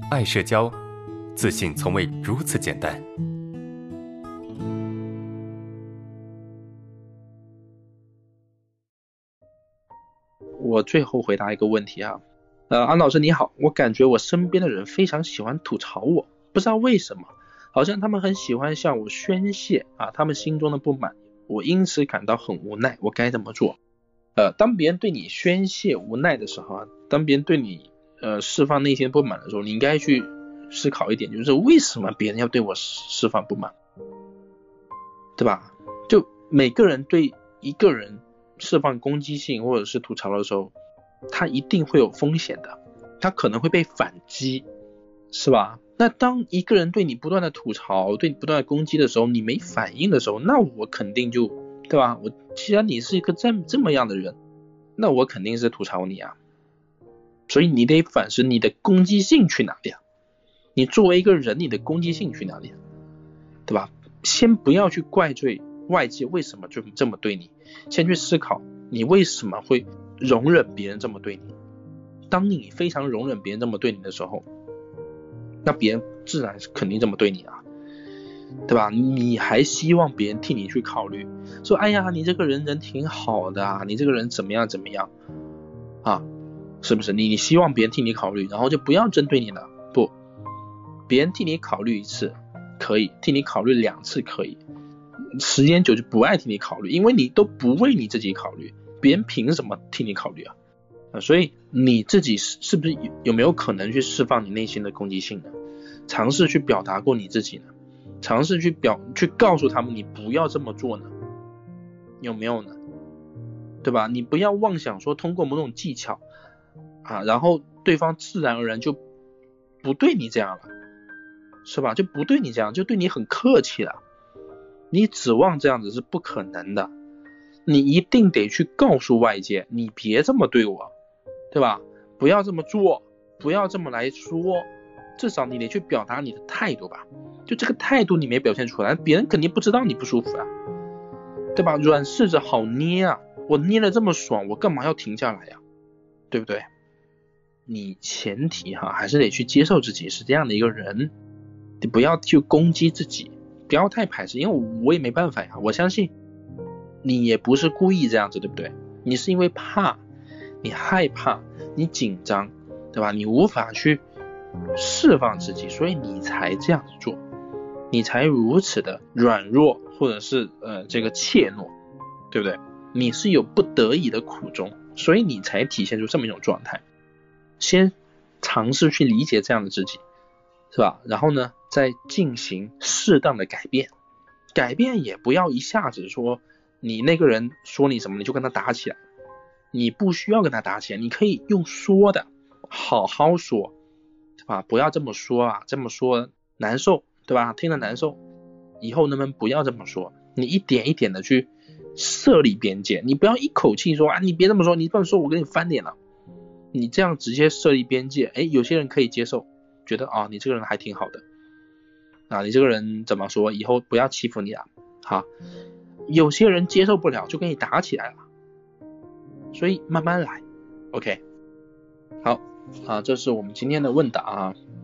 爱社交，自信从未如此简单。 我最后回答一个问题啊，安老师你好，我感觉我身边的人非常喜欢吐槽我，不知道为什么，好像他们很喜欢向我宣泄啊，他们心中的不满，我因此感到很无奈，我该怎么做？当别人对你宣泄无奈的时候啊，当别人对你释放内心不满的时候，你应该去思考一点，就是为什么别人要对我释放不满，对吧？就每个人对一个人释放攻击性或者是吐槽的时候，他一定会有风险的，他可能会被反击，是吧？那当一个人对你不断的吐槽，对你不断的攻击的时候，你没反应的时候，那我肯定就，对吧？我既然你是一个这么样的人，那我肯定是吐槽你啊。所以你得反思你的攻击性去哪里啊？你作为一个人，你的攻击性去哪里啊？对吧？先不要去怪罪外界为什么就这么对你，先去思考你为什么会容忍别人这么对你。当你非常容忍别人这么对你的时候，那别人自然是肯定这么对你啊，对吧？你还希望别人替你去考虑，说哎呀你这个人挺好的啊，你这个人怎么样啊，是不是？你希望别人替你考虑，然后就不要针对你了。不，别人替你考虑一次可以，替你考虑2次可以，时间久就不爱替你考虑，因为你都不为你自己考虑，别人凭什么替你考虑啊？所以你自己是不是有没有可能去释放你内心的攻击性呢？尝试去表达过你自己呢？尝试去告诉他们你不要这么做呢？有没有呢？对吧？你不要妄想说通过某种技巧啊，然后对方自然而然就不对你这样了，是吧？就不对你这样，就对你很客气了。你指望这样子是不可能的，你一定得去告诉外界，你别这么对我，对吧？不要这么做，不要这么来说，至少你得去表达你的态度吧。就这个态度你没表现出来，别人肯定不知道你不舒服啊，对吧？软柿子好捏啊，我捏了这么爽，我干嘛要停下来呀？对不对？你前提还是得去接受自己是这样的一个人，你不要去攻击自己，不要太排斥，因为我也没办法呀。我相信你也不是故意这样子，对不对？你是因为怕，你害怕，你紧张，对吧？你无法去释放自己，所以你才这样子做，你才如此的软弱，或者是这个怯懦，对不对？你是有不得已的苦衷，所以你才体现出这么一种状态。先尝试去理解这样的自己，是吧？然后呢，再进行适当的改变。改变也不要一下子说你那个人说你什么你就跟他打起来，你不需要跟他打起来，你可以用说的，好好说，对吧？不要这么说啊，这么说难受，对吧？听着难受，以后能不能不要这么说？你一点一点的去设立边界，你不要一口气说啊，你别这么说，你这么说我给你翻脸了。你这样直接设立边界，有些人可以接受，觉得你这个人还挺好的啊，你这个人怎么说，以后不要欺负你了，好。有些人接受不了，就跟你打起来了，所以慢慢来 ，OK。好啊，这是我们今天的问答啊。